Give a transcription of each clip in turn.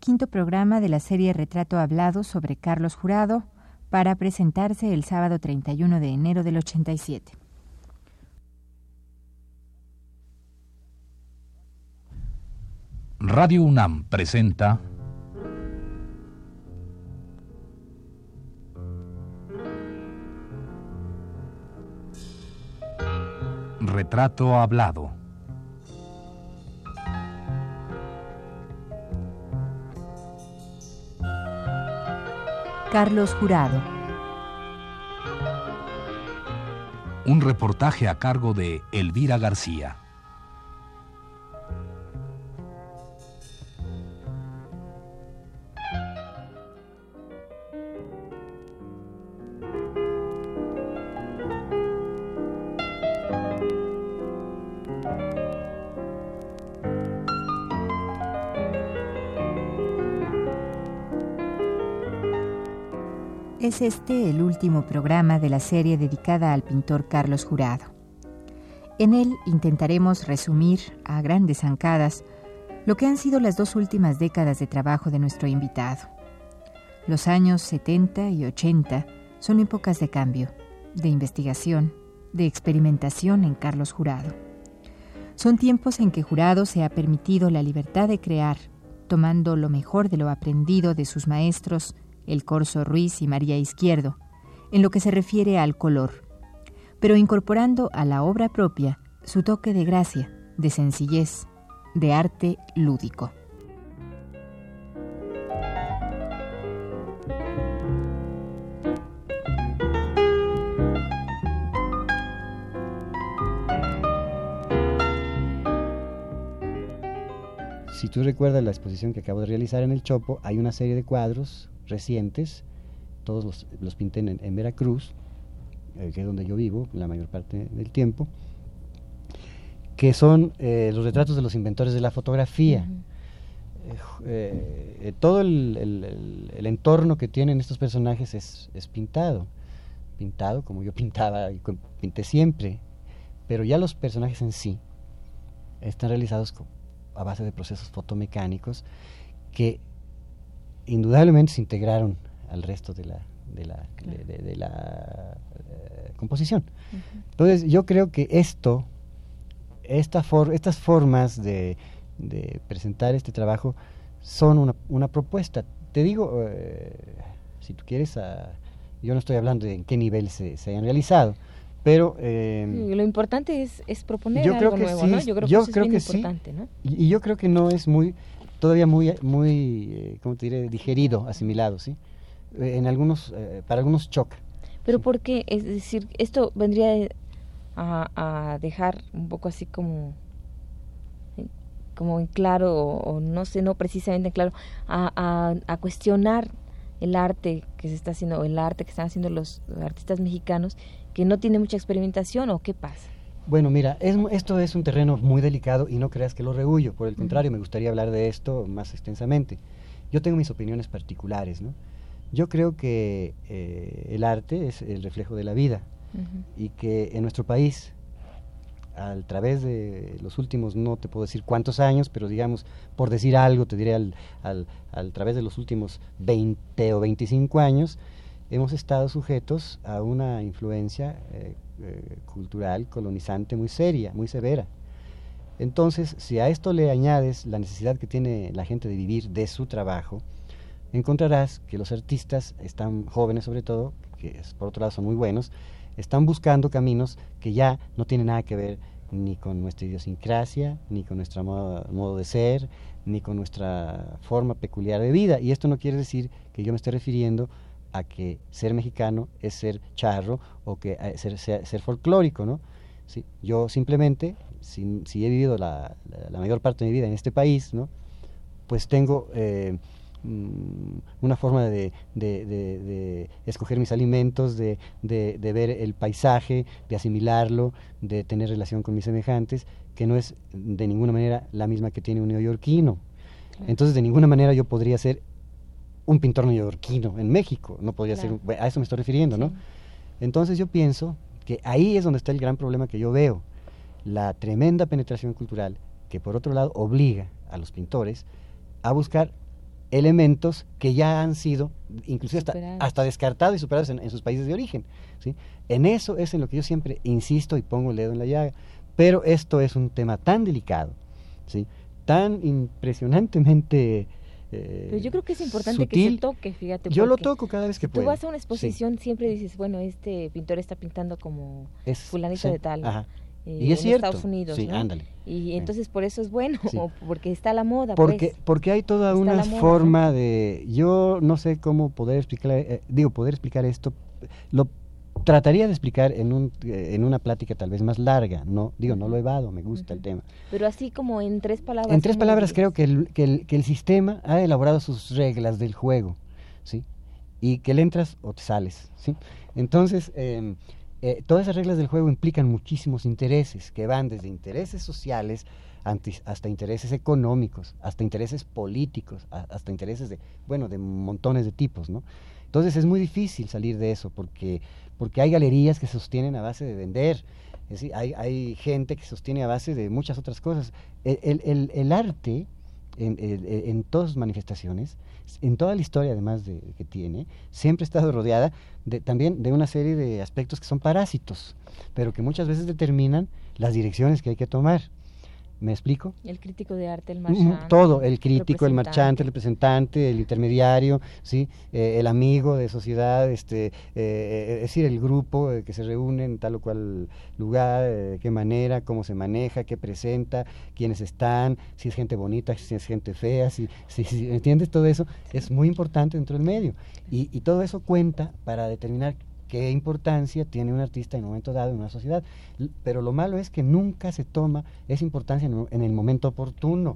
quinto programa de la serie Retrato Hablado sobre Carlos Jurado, para presentarse el sábado 31 de enero del 87. Radio UNAM presenta Retrato Hablado. Carlos Jurado. Un reportaje a cargo de Elvira García. Es este el último programa de la serie dedicada al pintor Carlos Jurado. En él intentaremos resumir a grandes zancadas lo que han sido las 2 últimas décadas de trabajo de nuestro invitado. Los años 70 y 80 son épocas de cambio, de investigación, de experimentación en Carlos Jurado. Son tiempos en que Jurado se ha permitido la libertad de crear, tomando lo mejor de lo aprendido de sus maestros El Corso Ruiz y María Izquierdo, en lo que se refiere al color, pero incorporando a la obra propia su toque de gracia, de sencillez, de arte lúdico. Si tú recuerdas la exposición que acabo de realizar en el Chopo, hay una serie de cuadros recientes, todos los pinté en Veracruz, que es donde yo vivo la mayor parte del tiempo, que son los retratos de los inventores de la fotografía. Todo el entorno que tienen estos personajes es pintado como yo pintaba y pinté siempre, pero ya los personajes en sí están realizados a base de procesos fotomecánicos que indudablemente se integraron al resto de la composición. Entonces yo creo que estas formas de presentar este trabajo son una propuesta. Te digo, si tú quieres, yo no estoy hablando de en qué nivel se hayan realizado, pero lo importante es proponer yo algo creo que nuevo, sí, ¿no? Yo creo que eso es bien importante, ¿no? Y yo creo que no es todavía muy ¿cómo te diré? Digerido, asimilado, ¿sí? Para algunos choca. Pero sí. ¿por qué? Es decir, esto vendría a dejar un poco así como en claro, o no sé, no precisamente en claro, a cuestionar el arte que se está haciendo, o el arte que están haciendo los artistas mexicanos, que no tiene mucha experimentación, ¿o qué pasa? Bueno, mira, esto es un terreno muy delicado y no creas que lo rehuyo, por el contrario, me gustaría hablar de esto más extensamente. Yo tengo mis opiniones particulares, ¿no? Yo creo que el arte es el reflejo de la vida y que en nuestro país, a través de los últimos, no te puedo decir cuántos años, pero digamos, por decir algo, te diré a través de los últimos 20 o 25 años, hemos estado sujetos a una influencia cultural colonizante muy seria, muy severa. Entonces, si a esto le añades la necesidad que tiene la gente de vivir de su trabajo, encontrarás que los artistas están jóvenes, sobre todo, que por otro lado son muy buenos, están buscando caminos que ya no tienen nada que ver ni con nuestra idiosincrasia, ni con nuestro modo de ser, ni con nuestra forma peculiar de vida. Y esto no quiere decir que yo me esté refiriendo a que ser mexicano es ser charro o que ser folclórico, ¿no? Sí, yo simplemente, si he vivido la mayor parte de mi vida en este país, ¿no? Pues tengo una forma de escoger mis alimentos, de ver el paisaje, de asimilarlo, de tener relación con mis semejantes, que no es de ninguna manera la misma que tiene un neoyorquino. Entonces, de ninguna manera yo podría ser un pintor neoyorquino en México, no podría ser, a eso me estoy refiriendo, ¿no? Entonces yo pienso que ahí es donde está el gran problema que yo veo, la tremenda penetración cultural que por otro lado obliga a los pintores a buscar elementos que ya han sido inclusive hasta descartados y superados en sus países de origen, ¿sí? En eso es en lo que yo siempre insisto y pongo el dedo en la llaga, pero esto es un tema tan delicado, ¿sí? Tan impresionantemente pero yo creo que es importante sutil, que se toque, fíjate. Yo lo toco cada vez que puedo. Tú vas a una exposición, siempre dices, bueno, este pintor está pintando como fulanito de tal. Ajá. Y es en cierto. Estados Unidos, sí, ¿no? ándale. Y entonces por eso es bueno, porque está a la moda. Porque hay toda una forma de... Yo no sé cómo poder explicar esto. Lo trataría de explicar en una plática tal vez más larga. No lo evado, me gusta el tema. Pero así como en 3 palabras. En 3 palabras creo que el sistema ha elaborado sus reglas del juego, ¿sí? Y que le entras o te sales, ¿sí? Entonces... todas esas reglas del juego implican muchísimos intereses, que van desde intereses sociales hasta intereses económicos, hasta intereses políticos, hasta intereses de montones de tipos, ¿no? Entonces es muy difícil salir de eso, porque hay galerías que se sostienen a base de vender, es decir, hay gente que se sostiene a base de muchas otras cosas. El arte, en todas sus manifestaciones, en toda la historia además que tiene, siempre ha estado rodeada también de una serie de aspectos que son parásitos, pero que muchas veces determinan las direcciones que hay que tomar. ¿Me explico? El crítico de arte, el marchante. Todo, el crítico, el marchante, el representante, el intermediario, ¿sí? El amigo de sociedad, es decir, el grupo que se reúne en tal o cual lugar, qué manera, cómo se maneja, qué presenta, quiénes están, si es gente bonita, si es gente fea, si ¿entiendes? Todo eso es muy importante dentro del medio. Y todo eso cuenta para determinar qué importancia tiene un artista en un momento dado en una sociedad. Pero lo malo es que nunca se toma esa importancia en el momento oportuno.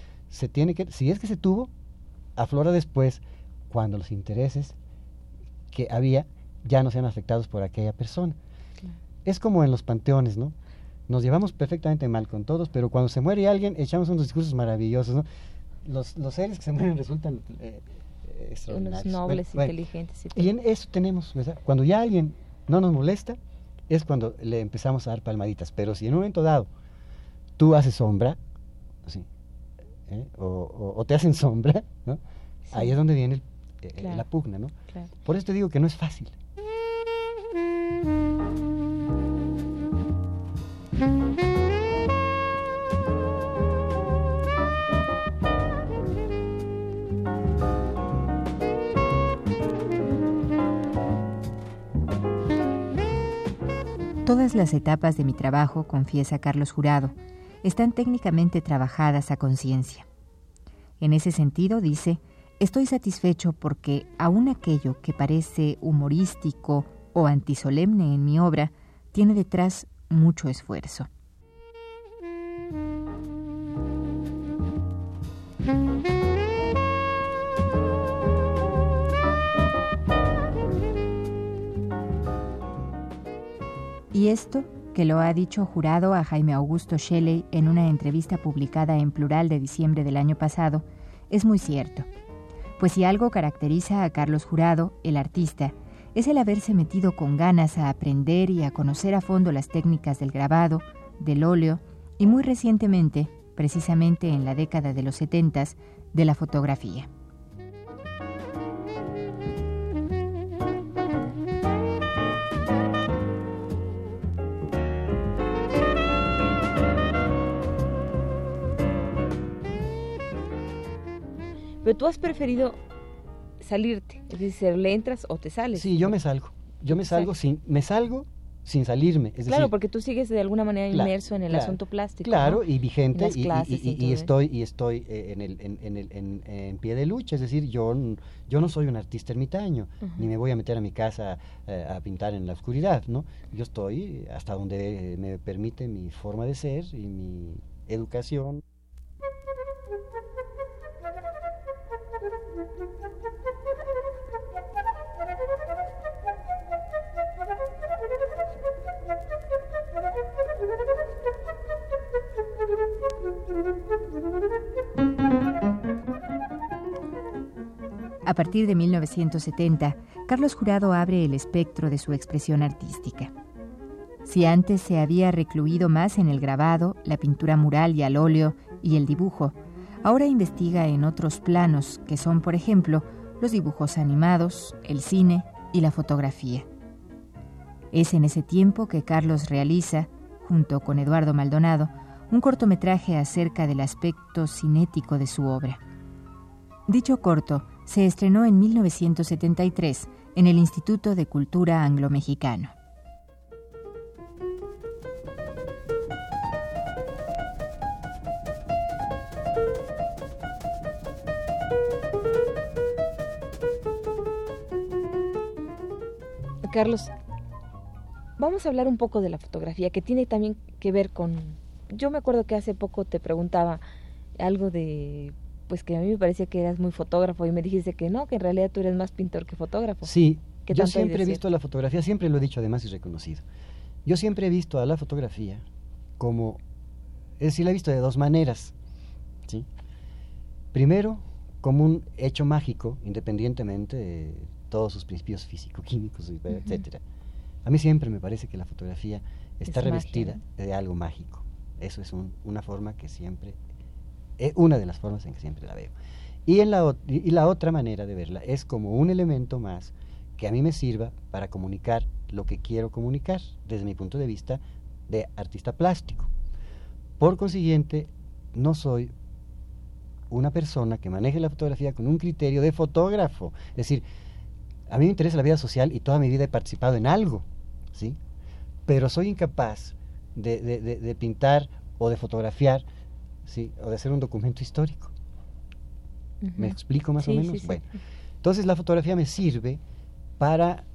Si es que se tuvo, aflora después, cuando los intereses que había ya no sean afectados por aquella persona. Claro. Es como en los panteones, ¿no? Nos llevamos perfectamente mal con todos, pero cuando se muere alguien, echamos unos discursos maravillosos, ¿no? Los seres que se mueren resultan... unos nobles, inteligentes. Y en eso tenemos, ¿verdad? Cuando ya alguien no nos molesta, es cuando le empezamos a dar palmaditas. Pero si en un momento dado tú haces sombra, ¿sí? o te hacen sombra, ¿no? Sí. Ahí es donde viene la pugna, ¿no? Claro. Por eso te digo que no es fácil. Todas las etapas de mi trabajo, confiesa Carlos Jurado, están técnicamente trabajadas a conciencia. En ese sentido, dice, estoy satisfecho porque aún aquello que parece humorístico o antisolemne en mi obra tiene detrás mucho esfuerzo. Y esto, que lo ha dicho Jurado a Jaime Augusto Shelley en una entrevista publicada en Plural de diciembre del año pasado, es muy cierto. Pues si algo caracteriza a Carlos Jurado, el artista, es el haberse metido con ganas a aprender y a conocer a fondo las técnicas del grabado, del óleo y muy recientemente, precisamente en la década de los 70s, de la fotografía. Pero tú has preferido salirte, es decir, ¿le entras o te sales? Sí, yo me salgo. Me salgo sin salirme. Es claro, decir, porque tú sigues de alguna manera inmerso en el asunto plástico. Claro, ¿no? Y vigente, y estoy en pie de lucha. Es decir, yo no soy un artista ermitaño, ni me voy a meter a mi casa a pintar en la oscuridad, ¿no? Yo estoy hasta donde me permite mi forma de ser y mi educación. A partir de 1970, Carlos Jurado abre el espectro de su expresión artística. Si antes se había recluido más en el grabado, la pintura mural y al óleo y el dibujo, Ahora investiga en otros planos, que son, por ejemplo, los dibujos animados, el cine y la fotografía. Es en ese tiempo que Carlos realiza, junto con Eduardo Maldonado, un cortometraje acerca del aspecto cinético de su obra. Dicho corto se estrenó en 1973 en el Instituto de Cultura Anglo-Mexicano. Carlos, vamos a hablar un poco de la fotografía, que tiene también que ver con... Yo me acuerdo que hace poco te preguntaba algo de... Pues que a mí me parecía que eras muy fotógrafo y me dijiste que no, que en realidad tú eres más pintor que fotógrafo. Sí, yo siempre he visto la fotografía, siempre lo he dicho además y reconocido. Yo siempre he visto a la fotografía como... Es decir, la he visto de dos maneras, ¿sí? Primero, como un hecho mágico, independientemente de todos sus principios físico-químicos, etcétera. A mí siempre me parece que la fotografía está revestida de algo mágico. Eso es una forma que siempre, una de las formas en que siempre la veo. Y la otra manera de verla es como un elemento más que a mí me sirva para comunicar lo que quiero comunicar desde mi punto de vista de artista plástico. Por consiguiente, no soy una persona que maneje la fotografía con un criterio de fotógrafo. Es decir, a mí me interesa la vida social y toda mi vida he participado en algo, ¿sí? Pero soy incapaz de pintar o de fotografiar, ¿sí? O de hacer un documento histórico. ¿Me explico más o menos? Sí. Bueno, entonces la fotografía me sirve para,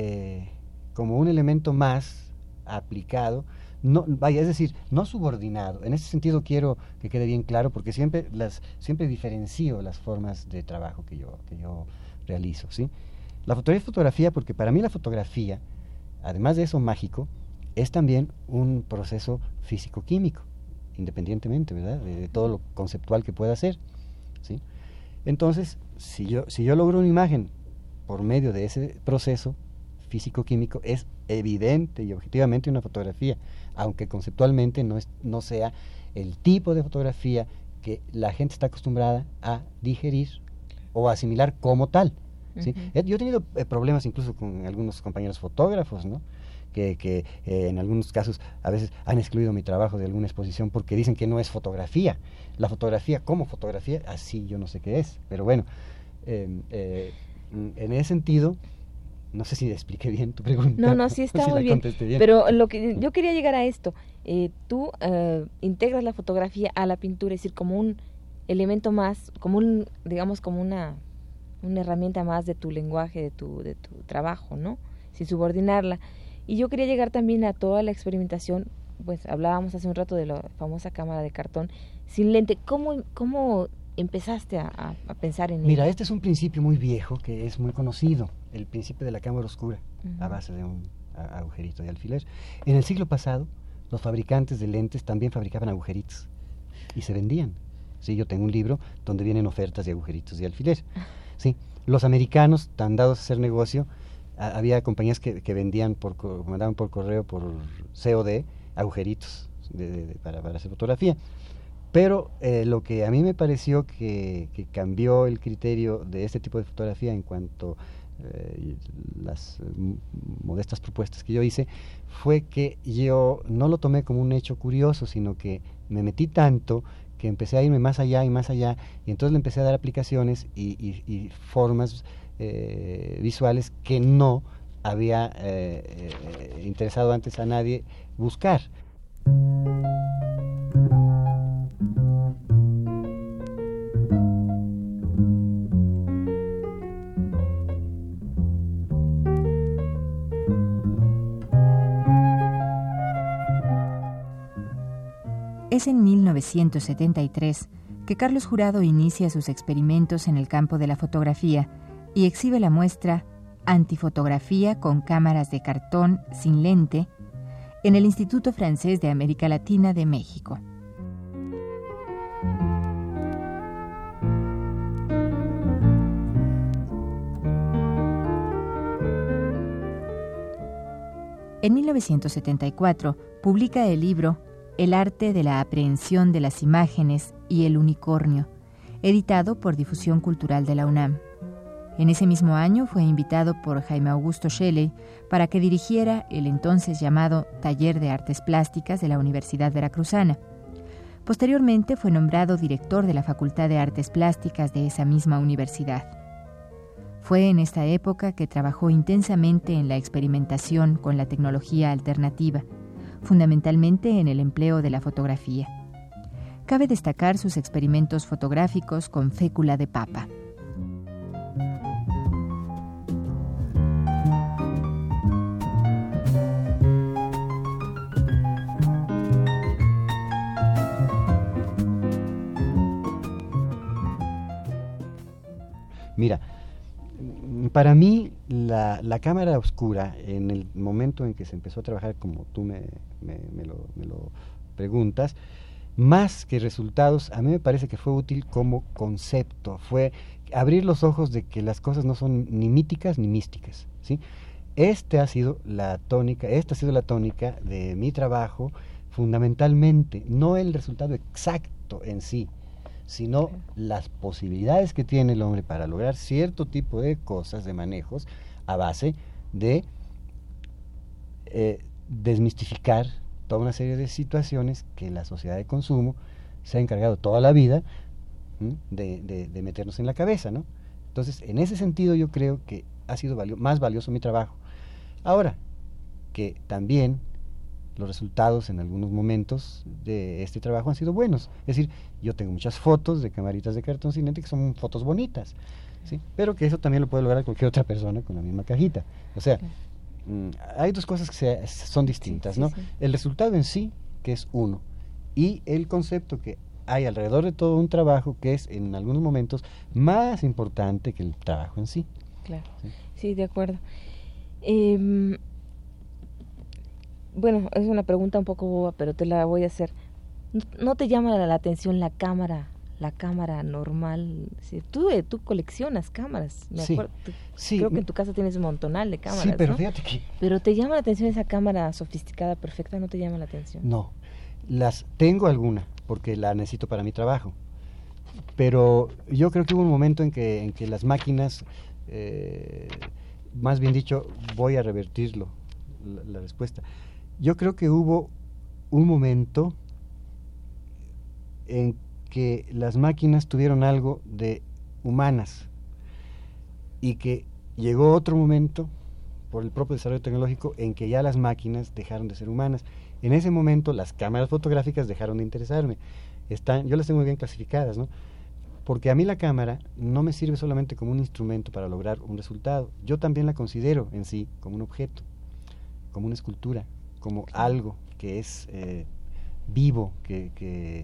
como un elemento más aplicado, es decir, no subordinado. En ese sentido quiero que quede bien claro, porque siempre diferencio las formas de trabajo que yo realizo, ¿sí? La fotografía es fotografía porque para mí la fotografía, además de eso mágico, es también un proceso físico-químico, independientemente, ¿verdad?, de todo lo conceptual que pueda ser, ¿sí? Entonces, si yo logro una imagen por medio de ese proceso físico-químico, es evidente y objetivamente una fotografía, aunque conceptualmente no sea el tipo de fotografía que la gente está acostumbrada a digerir o a asimilar como tal, ¿sí? Yo he tenido problemas incluso con algunos compañeros fotógrafos, ¿no?, que en algunos casos a veces han excluido mi trabajo de alguna exposición porque dicen que no es fotografía. La fotografía como fotografía, así yo no sé qué es, pero bueno, en ese sentido, no sé si expliqué bien tu pregunta. No, sí está si muy bien, pero lo que yo quería llegar a esto, tú integras la fotografía a la pintura, es decir, como un elemento más, como una herramienta más de tu lenguaje, de tu trabajo, ¿no?, sin subordinarla. Y yo quería llegar también a toda la experimentación, pues hablábamos hace un rato de la famosa cámara de cartón sin lente. ¿Cómo empezaste a pensar en ello? Mira, este es un principio muy viejo que es muy conocido, el principio de la cámara oscura, a base de un agujerito de alfiler. En el siglo pasado, los fabricantes de lentes también fabricaban agujeritos y se vendían. Sí, yo tengo un libro donde vienen ofertas de agujeritos de alfiler. Sí, los americanos, tan dados a hacer negocio, había compañías que vendían mandaban por correo, por COD, agujeritos para hacer fotografía. Pero lo que a mí me pareció que cambió el criterio de este tipo de fotografía en cuanto las modestas propuestas que yo hice, fue que yo no lo tomé como un hecho curioso, sino que me metí tanto que empecé a irme más allá, y entonces le empecé a dar aplicaciones y formas visuales que no había interesado antes a nadie buscar. Es en 1973 que Carlos Jurado inicia sus experimentos en el campo de la fotografía y exhibe la muestra Antifotografía con cámaras de cartón sin lente en el Instituto Francés de América Latina de México. En 1974 publica el libro El arte de la aprehensión de las imágenes y el unicornio, editado por Difusión Cultural de la UNAM. En ese mismo año fue invitado por Jaime Augusto Shelley para que dirigiera el entonces llamado Taller de Artes Plásticas de la Universidad Veracruzana. Posteriormente fue nombrado director de la Facultad de Artes Plásticas de esa misma universidad. Fue en esta época que trabajó intensamente en la experimentación con la tecnología alternativa, fundamentalmente en el empleo de la fotografía. Cabe destacar sus experimentos fotográficos con fécula de papa. Mira, para mí la cámara oscura, en el momento en que se empezó a trabajar, como tú me lo preguntas, más que resultados, a mí me parece que fue útil como concepto, fue abrir los ojos de que las cosas no son ni míticas ni místicas, ¿sí? Esta ha sido la tónica de mi trabajo, fundamentalmente, no el resultado exacto en sí, sino las posibilidades que tiene el hombre para lograr cierto tipo de cosas, de manejos, a base de desmistificar toda una serie de situaciones que la sociedad de consumo se ha encargado toda la vida de meternos en la cabeza, ¿no? Entonces, en ese sentido yo creo que ha sido más valioso mi trabajo. Ahora, que también los resultados en algunos momentos de este trabajo han sido buenos. Es decir, yo tengo muchas fotos de camaritas de cartón cinente que son fotos bonitas, ¿sí? Pero que eso también lo puede lograr cualquier otra persona con la misma cajita. O sea, hay dos cosas que son distintas, ¿no? Sí. El resultado en sí, que es uno, y el concepto que hay alrededor de todo un trabajo que es en algunos momentos más importante que el trabajo en sí. Claro, sí, de acuerdo. Bueno, es una pregunta un poco boba, pero te la voy a hacer. ¿No te llama la atención la cámara normal? Sí, tú coleccionas cámaras, me acuerdo. Sí, creo que en tu casa tienes un montonal de cámaras, sí, pero ¿no? Fíjate que... ¿Pero te llama la atención esa cámara sofisticada, perfecta? ¿No te llama la atención? No, tengo alguna, porque la necesito para mi trabajo. Pero yo creo que hubo un momento en que las máquinas, más bien dicho, voy a revertirlo, la respuesta. Yo creo que hubo un momento en que las máquinas tuvieron algo de humanas y que llegó otro momento, por el propio desarrollo tecnológico, en que ya las máquinas dejaron de ser humanas. En ese momento las cámaras fotográficas dejaron de interesarme. Yo las tengo muy bien clasificadas, ¿no? Porque a mí la cámara no me sirve solamente como un instrumento para lograr un resultado. Yo también la considero en sí como un objeto, como una escultura, como algo que es vivo, que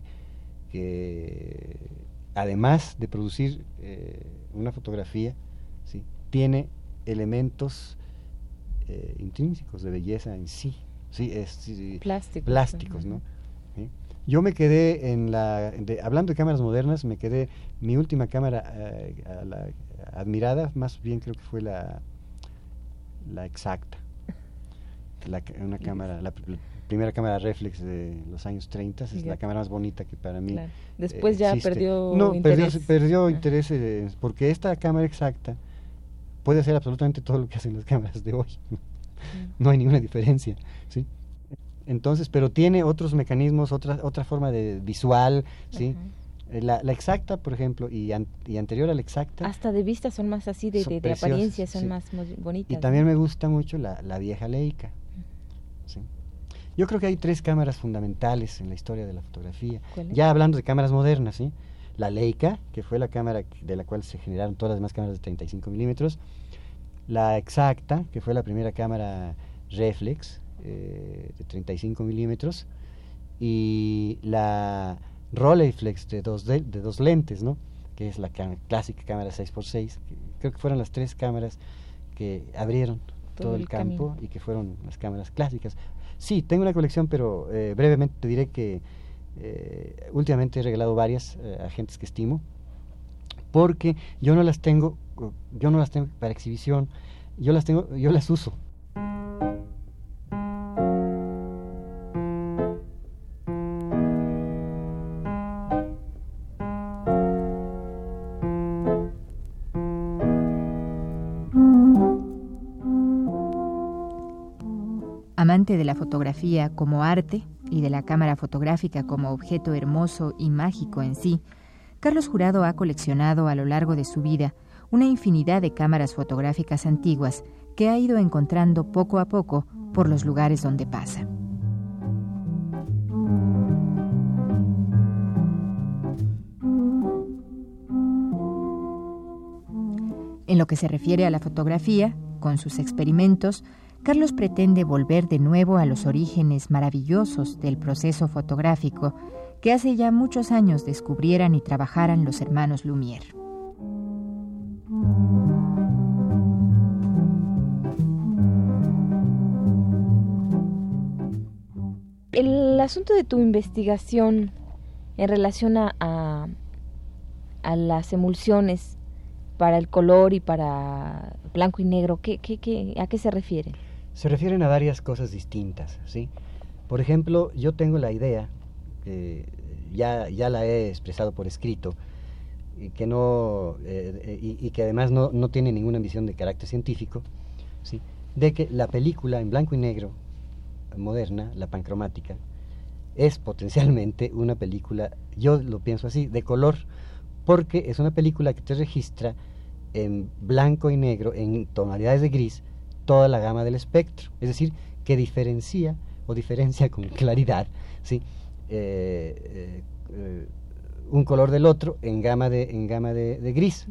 además de producir una fotografía, ¿sí?, tiene elementos intrínsecos de belleza en sí, ¿sí? Plásticos, ¿no? ¿Sí? Yo me quedé hablando de cámaras modernas, mi última cámara admirada, más bien creo que fue la Exacta, la primera cámara reflex de los años 30, es la cámara más bonita que para mí. Claro. Después ya existe. perdió interés. Perdió interés, porque esta cámara Exacta puede hacer absolutamente todo lo que hacen las cámaras de hoy. No hay ninguna diferencia, ¿sí? Entonces, pero tiene otros mecanismos, otra forma de visual, ¿sí? La Exacta, por ejemplo, y anterior a la Exacta, hasta de vista son más así, de apariencia, son más bonitas. Y también me gusta mucho la vieja Leica, ¿sí? Yo creo que hay 3 cámaras fundamentales en la historia de la fotografía. Ya hablando de cámaras modernas, ¿sí? La Leica, que fue la cámara de la cual se generaron todas las demás cámaras de 35 milímetros. La Exacta, que fue la primera cámara reflex de 35 milímetros. Y la Rolleiflex de dos lentes, ¿no?, que es la clásica cámara 6x6. Creo que fueron las 3 cámaras que abrieron todo el campo y que fueron las cámaras clásicas. Sí, tengo una colección, pero brevemente te diré que últimamente he regalado varias a gentes que estimo, porque yo no las tengo para exhibición, yo las uso. Amante de la fotografía como arte y de la cámara fotográfica como objeto hermoso y mágico en sí, Carlos Jurado ha coleccionado a lo largo de su vida una infinidad de cámaras fotográficas antiguas que ha ido encontrando poco a poco por los lugares donde pasa. En lo que se refiere a la fotografía, con sus experimentos, Carlos pretende volver de nuevo a los orígenes maravillosos del proceso fotográfico que hace ya muchos años descubrieran y trabajaran los hermanos Lumière. El asunto de tu investigación en relación a las emulsiones para el color y para blanco y negro, ¿a qué se refiere? Se refieren a varias cosas distintas, ¿sí? Por ejemplo, yo tengo la idea, ya la he expresado por escrito, y que que además no tiene ninguna ambición de carácter científico, ¿sí? De que la película en blanco y negro moderna, la pancromática, es potencialmente una película, yo lo pienso así, de color, porque es una película que te registra en blanco y negro, en tonalidades de gris, toda la gama del espectro, es decir, que diferencia con claridad, ¿sí? Un color del otro en gama de gris.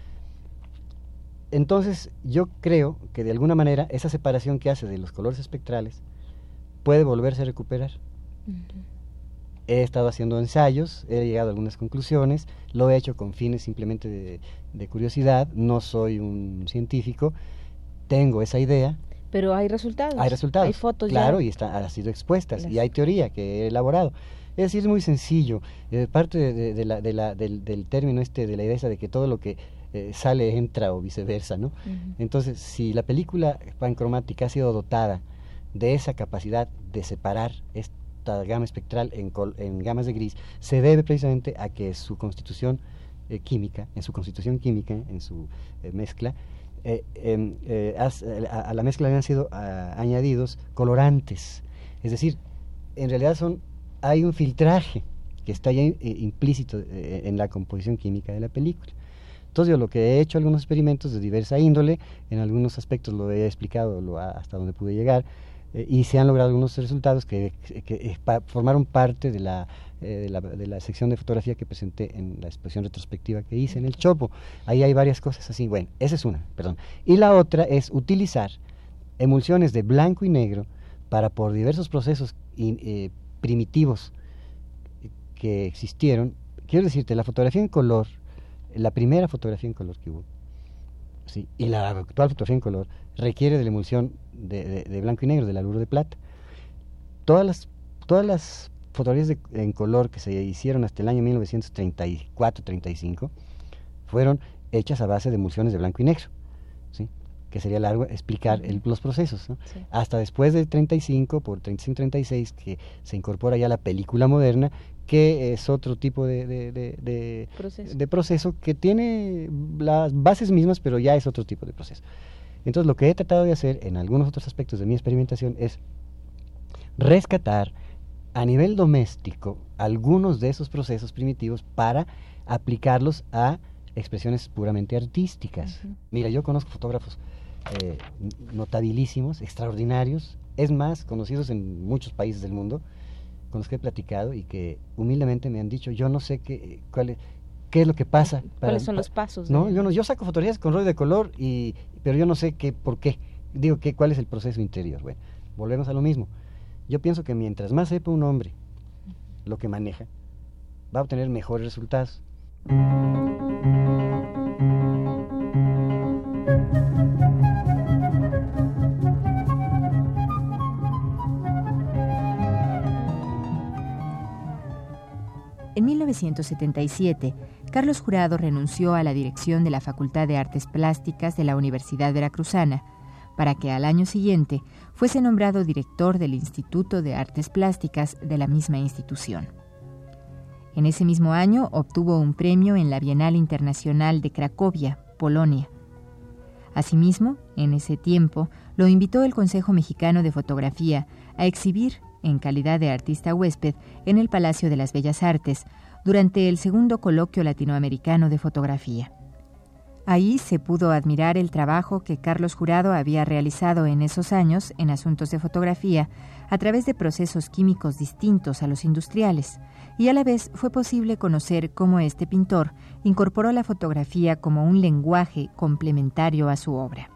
Entonces yo creo que de alguna manera esa separación que hace de los colores espectrales puede volverse a recuperar. Uh-huh. He estado haciendo ensayos, he llegado a algunas conclusiones, lo he hecho con fines simplemente de curiosidad, no soy un científico, tengo esa idea. Pero hay resultados. Hay fotos, claro, ya. Y han sido expuestas, y hay teoría que he elaborado. Es decir, es muy sencillo. Parte del término de la idea esa de que todo lo que sale entra o viceversa, ¿no? Uh-huh. Entonces, si la película pancromática ha sido dotada de esa capacidad de separar esta gama espectral en gamas de gris, se debe precisamente a que su constitución química, en su mezcla, a la mezcla le han sido añadidos colorantes. Es decir, en realidad hay un filtraje que está ya implícito en la composición química de la película. Entonces yo lo que he hecho algunos experimentos de diversa índole, en algunos aspectos lo he explicado hasta donde pude llegar, y se han logrado algunos resultados que formaron parte de la sección de fotografía que presenté en la exposición retrospectiva que hice en el Chopo. Ahí hay varias cosas así. Bueno, esa es una, perdón. Y la otra es utilizar emulsiones de blanco y negro para, por diversos procesos primitivos que existieron, quiero decirte, la fotografía en color, la primera fotografía en color que hubo, ¿sí? Y la actual fotografía en color requiere de la emulsión de blanco y negro, del haluro de plata. Todas las fotografías en color que se hicieron hasta el año 1934-35 fueron hechas a base de emulsiones de blanco y negro, ¿sí? Que sería largo explicar los procesos, ¿no? Sí. Hasta después del 35, por 35-36, que se incorpora ya la película moderna, que es otro tipo de proceso que tiene las bases mismas, pero ya es otro tipo de proceso. Entonces lo que he tratado de hacer en algunos otros aspectos de mi experimentación es rescatar a nivel doméstico algunos de esos procesos primitivos para aplicarlos a expresiones puramente artísticas. Uh-huh. Mira, yo conozco fotógrafos notabilísimos, extraordinarios, es más, conocidos en muchos países del mundo, con los que he platicado y que humildemente me han dicho, yo no sé qué es lo que pasa. ¿Cuáles son los pasos? No, yo saco fotografías con rollo de color, pero yo no sé por qué. Digo, ¿cuál es el proceso interior? Bueno, volvemos a lo mismo. Yo pienso que mientras más sepa un hombre lo que maneja, va a obtener mejores resultados. En 1977, Carlos Jurado renunció a la dirección de la Facultad de Artes Plásticas de la Universidad Veracruzana, para que al año siguiente fuese nombrado director del Instituto de Artes Plásticas de la misma institución. En ese mismo año obtuvo un premio en la Bienal Internacional de Cracovia, Polonia. Asimismo, en ese tiempo, lo invitó el Consejo Mexicano de Fotografía a exhibir, en calidad de artista huésped, en el Palacio de las Bellas Artes, durante el segundo Coloquio Latinoamericano de Fotografía. Ahí se pudo admirar el trabajo que Carlos Jurado había realizado en esos años en asuntos de fotografía a través de procesos químicos distintos a los industriales, y a la vez fue posible conocer cómo este pintor incorporó la fotografía como un lenguaje complementario a su obra.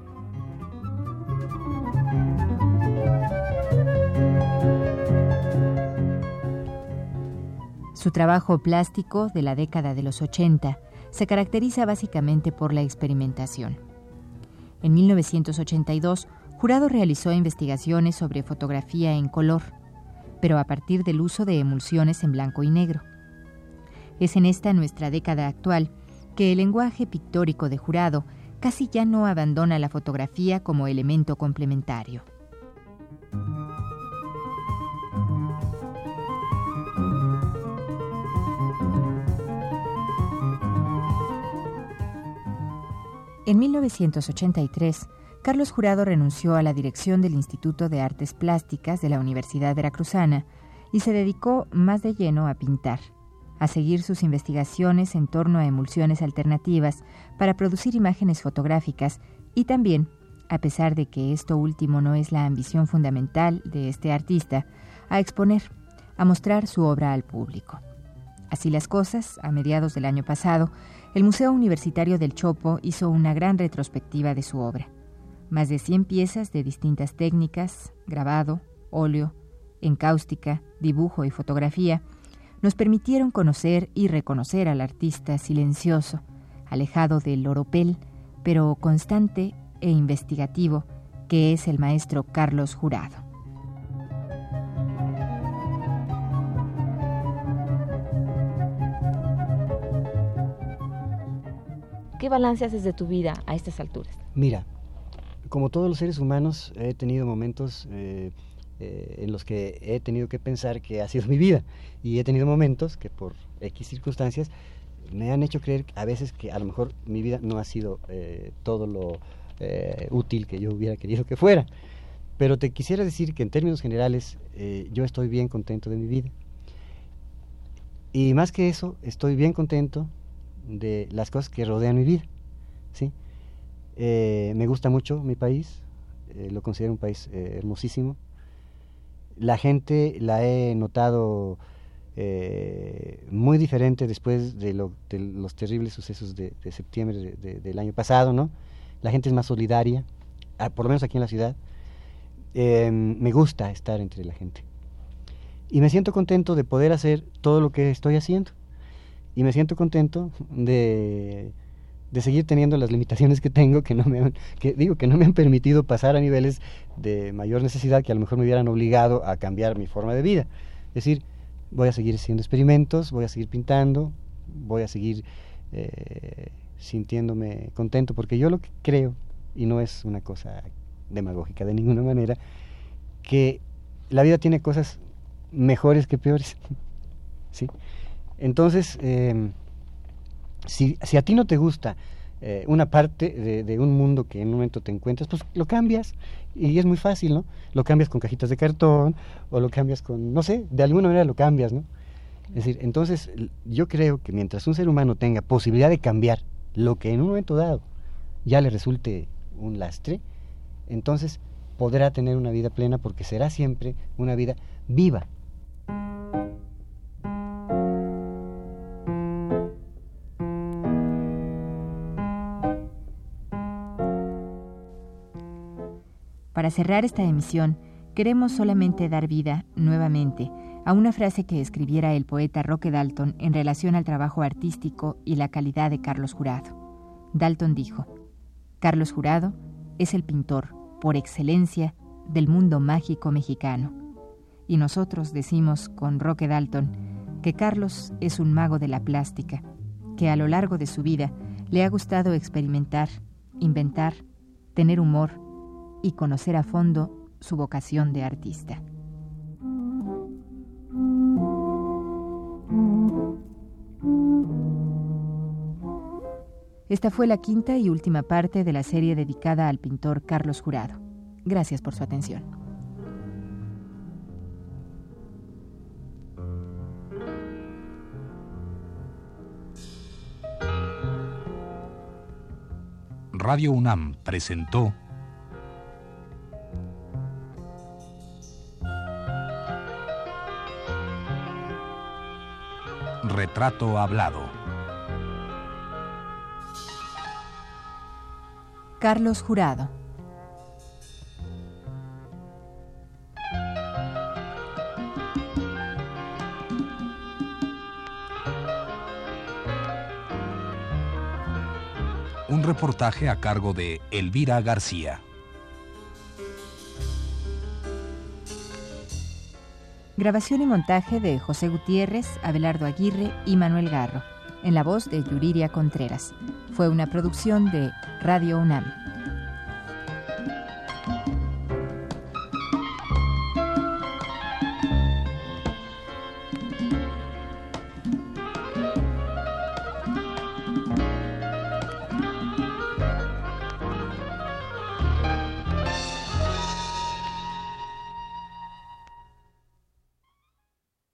Su trabajo plástico de la década de los 80 se caracteriza básicamente por la experimentación. En 1982, Jurado realizó investigaciones sobre fotografía en color, pero a partir del uso de emulsiones en blanco y negro. Es en esta nuestra década actual que el lenguaje pictórico de Jurado casi ya no abandona la fotografía como elemento complementario. En 1983, Carlos Jurado renunció a la dirección del Instituto de Artes Plásticas de la Universidad Veracruzana y se dedicó más de lleno a pintar, a seguir sus investigaciones en torno a emulsiones alternativas para producir imágenes fotográficas y también, a pesar de que esto último no es la ambición fundamental de este artista, a exponer, a mostrar su obra al público. Así las cosas, a mediados del año pasado, el Museo Universitario del Chopo hizo una gran retrospectiva de su obra. Más de 100 piezas de distintas técnicas, grabado, óleo, encáustica, dibujo y fotografía, nos permitieron conocer y reconocer al artista silencioso, alejado del oropel, pero constante e investigativo, que es el maestro Carlos Jurado. ¿Qué balance haces de tu vida a estas alturas? Mira, como todos los seres humanos, he tenido momentos en los que he tenido que pensar que ha sido mi vida, y he tenido momentos que por X circunstancias me han hecho creer a veces que a lo mejor mi vida no ha sido todo lo útil que yo hubiera querido que fuera. Pero te quisiera decir que en términos generales yo estoy bien contento de mi vida. Y más que eso, estoy bien contento de las cosas que rodean mi vida, ¿sí? Me gusta mucho mi país, lo considero un país hermosísimo. La gente la he notado muy diferente después de los terribles sucesos de septiembre del año pasado, ¿no? La gente es más solidaria, por lo menos aquí en la ciudad. Me gusta estar entre la gente. Y me siento contento de poder hacer todo lo que estoy haciendo. Y me siento contento de seguir teniendo las limitaciones que tengo, que no me han permitido pasar a niveles de mayor necesidad que a lo mejor me hubieran obligado a cambiar mi forma de vida. Es decir, voy a seguir haciendo experimentos, voy a seguir pintando, voy a seguir sintiéndome contento, porque yo lo que creo, y no es una cosa demagógica de ninguna manera, que la vida tiene cosas mejores que peores, ¿sí? Entonces, si a ti no te gusta una parte de un mundo que en un momento te encuentras, pues lo cambias, y es muy fácil, ¿no? Lo cambias con cajitas de cartón, o lo cambias con, no sé, de alguna manera lo cambias, ¿no? Es decir, entonces yo creo que mientras un ser humano tenga posibilidad de cambiar lo que en un momento dado ya le resulte un lastre, entonces podrá tener una vida plena, porque será siempre una vida viva. Para cerrar esta emisión, queremos solamente dar vida, nuevamente, a una frase que escribiera el poeta Roque Dalton en relación al trabajo artístico y la calidad de Carlos Jurado. Dalton dijo: Carlos Jurado es el pintor, por excelencia, del mundo mágico mexicano. Y nosotros decimos con Roque Dalton que Carlos es un mago de la plástica, que a lo largo de su vida le ha gustado experimentar, inventar, tener humor y conocer a fondo su vocación de artista. Esta fue la quinta y última parte de la serie dedicada al pintor Carlos Jurado. Gracias por su atención. Radio UNAM presentó Retrato Hablado. Carlos Jurado. Un reportaje a cargo de Elvira García. Grabación y montaje de José Gutiérrez, Abelardo Aguirre y Manuel Garro, en la voz de Yuriria Contreras. Fue una producción de Radio UNAM.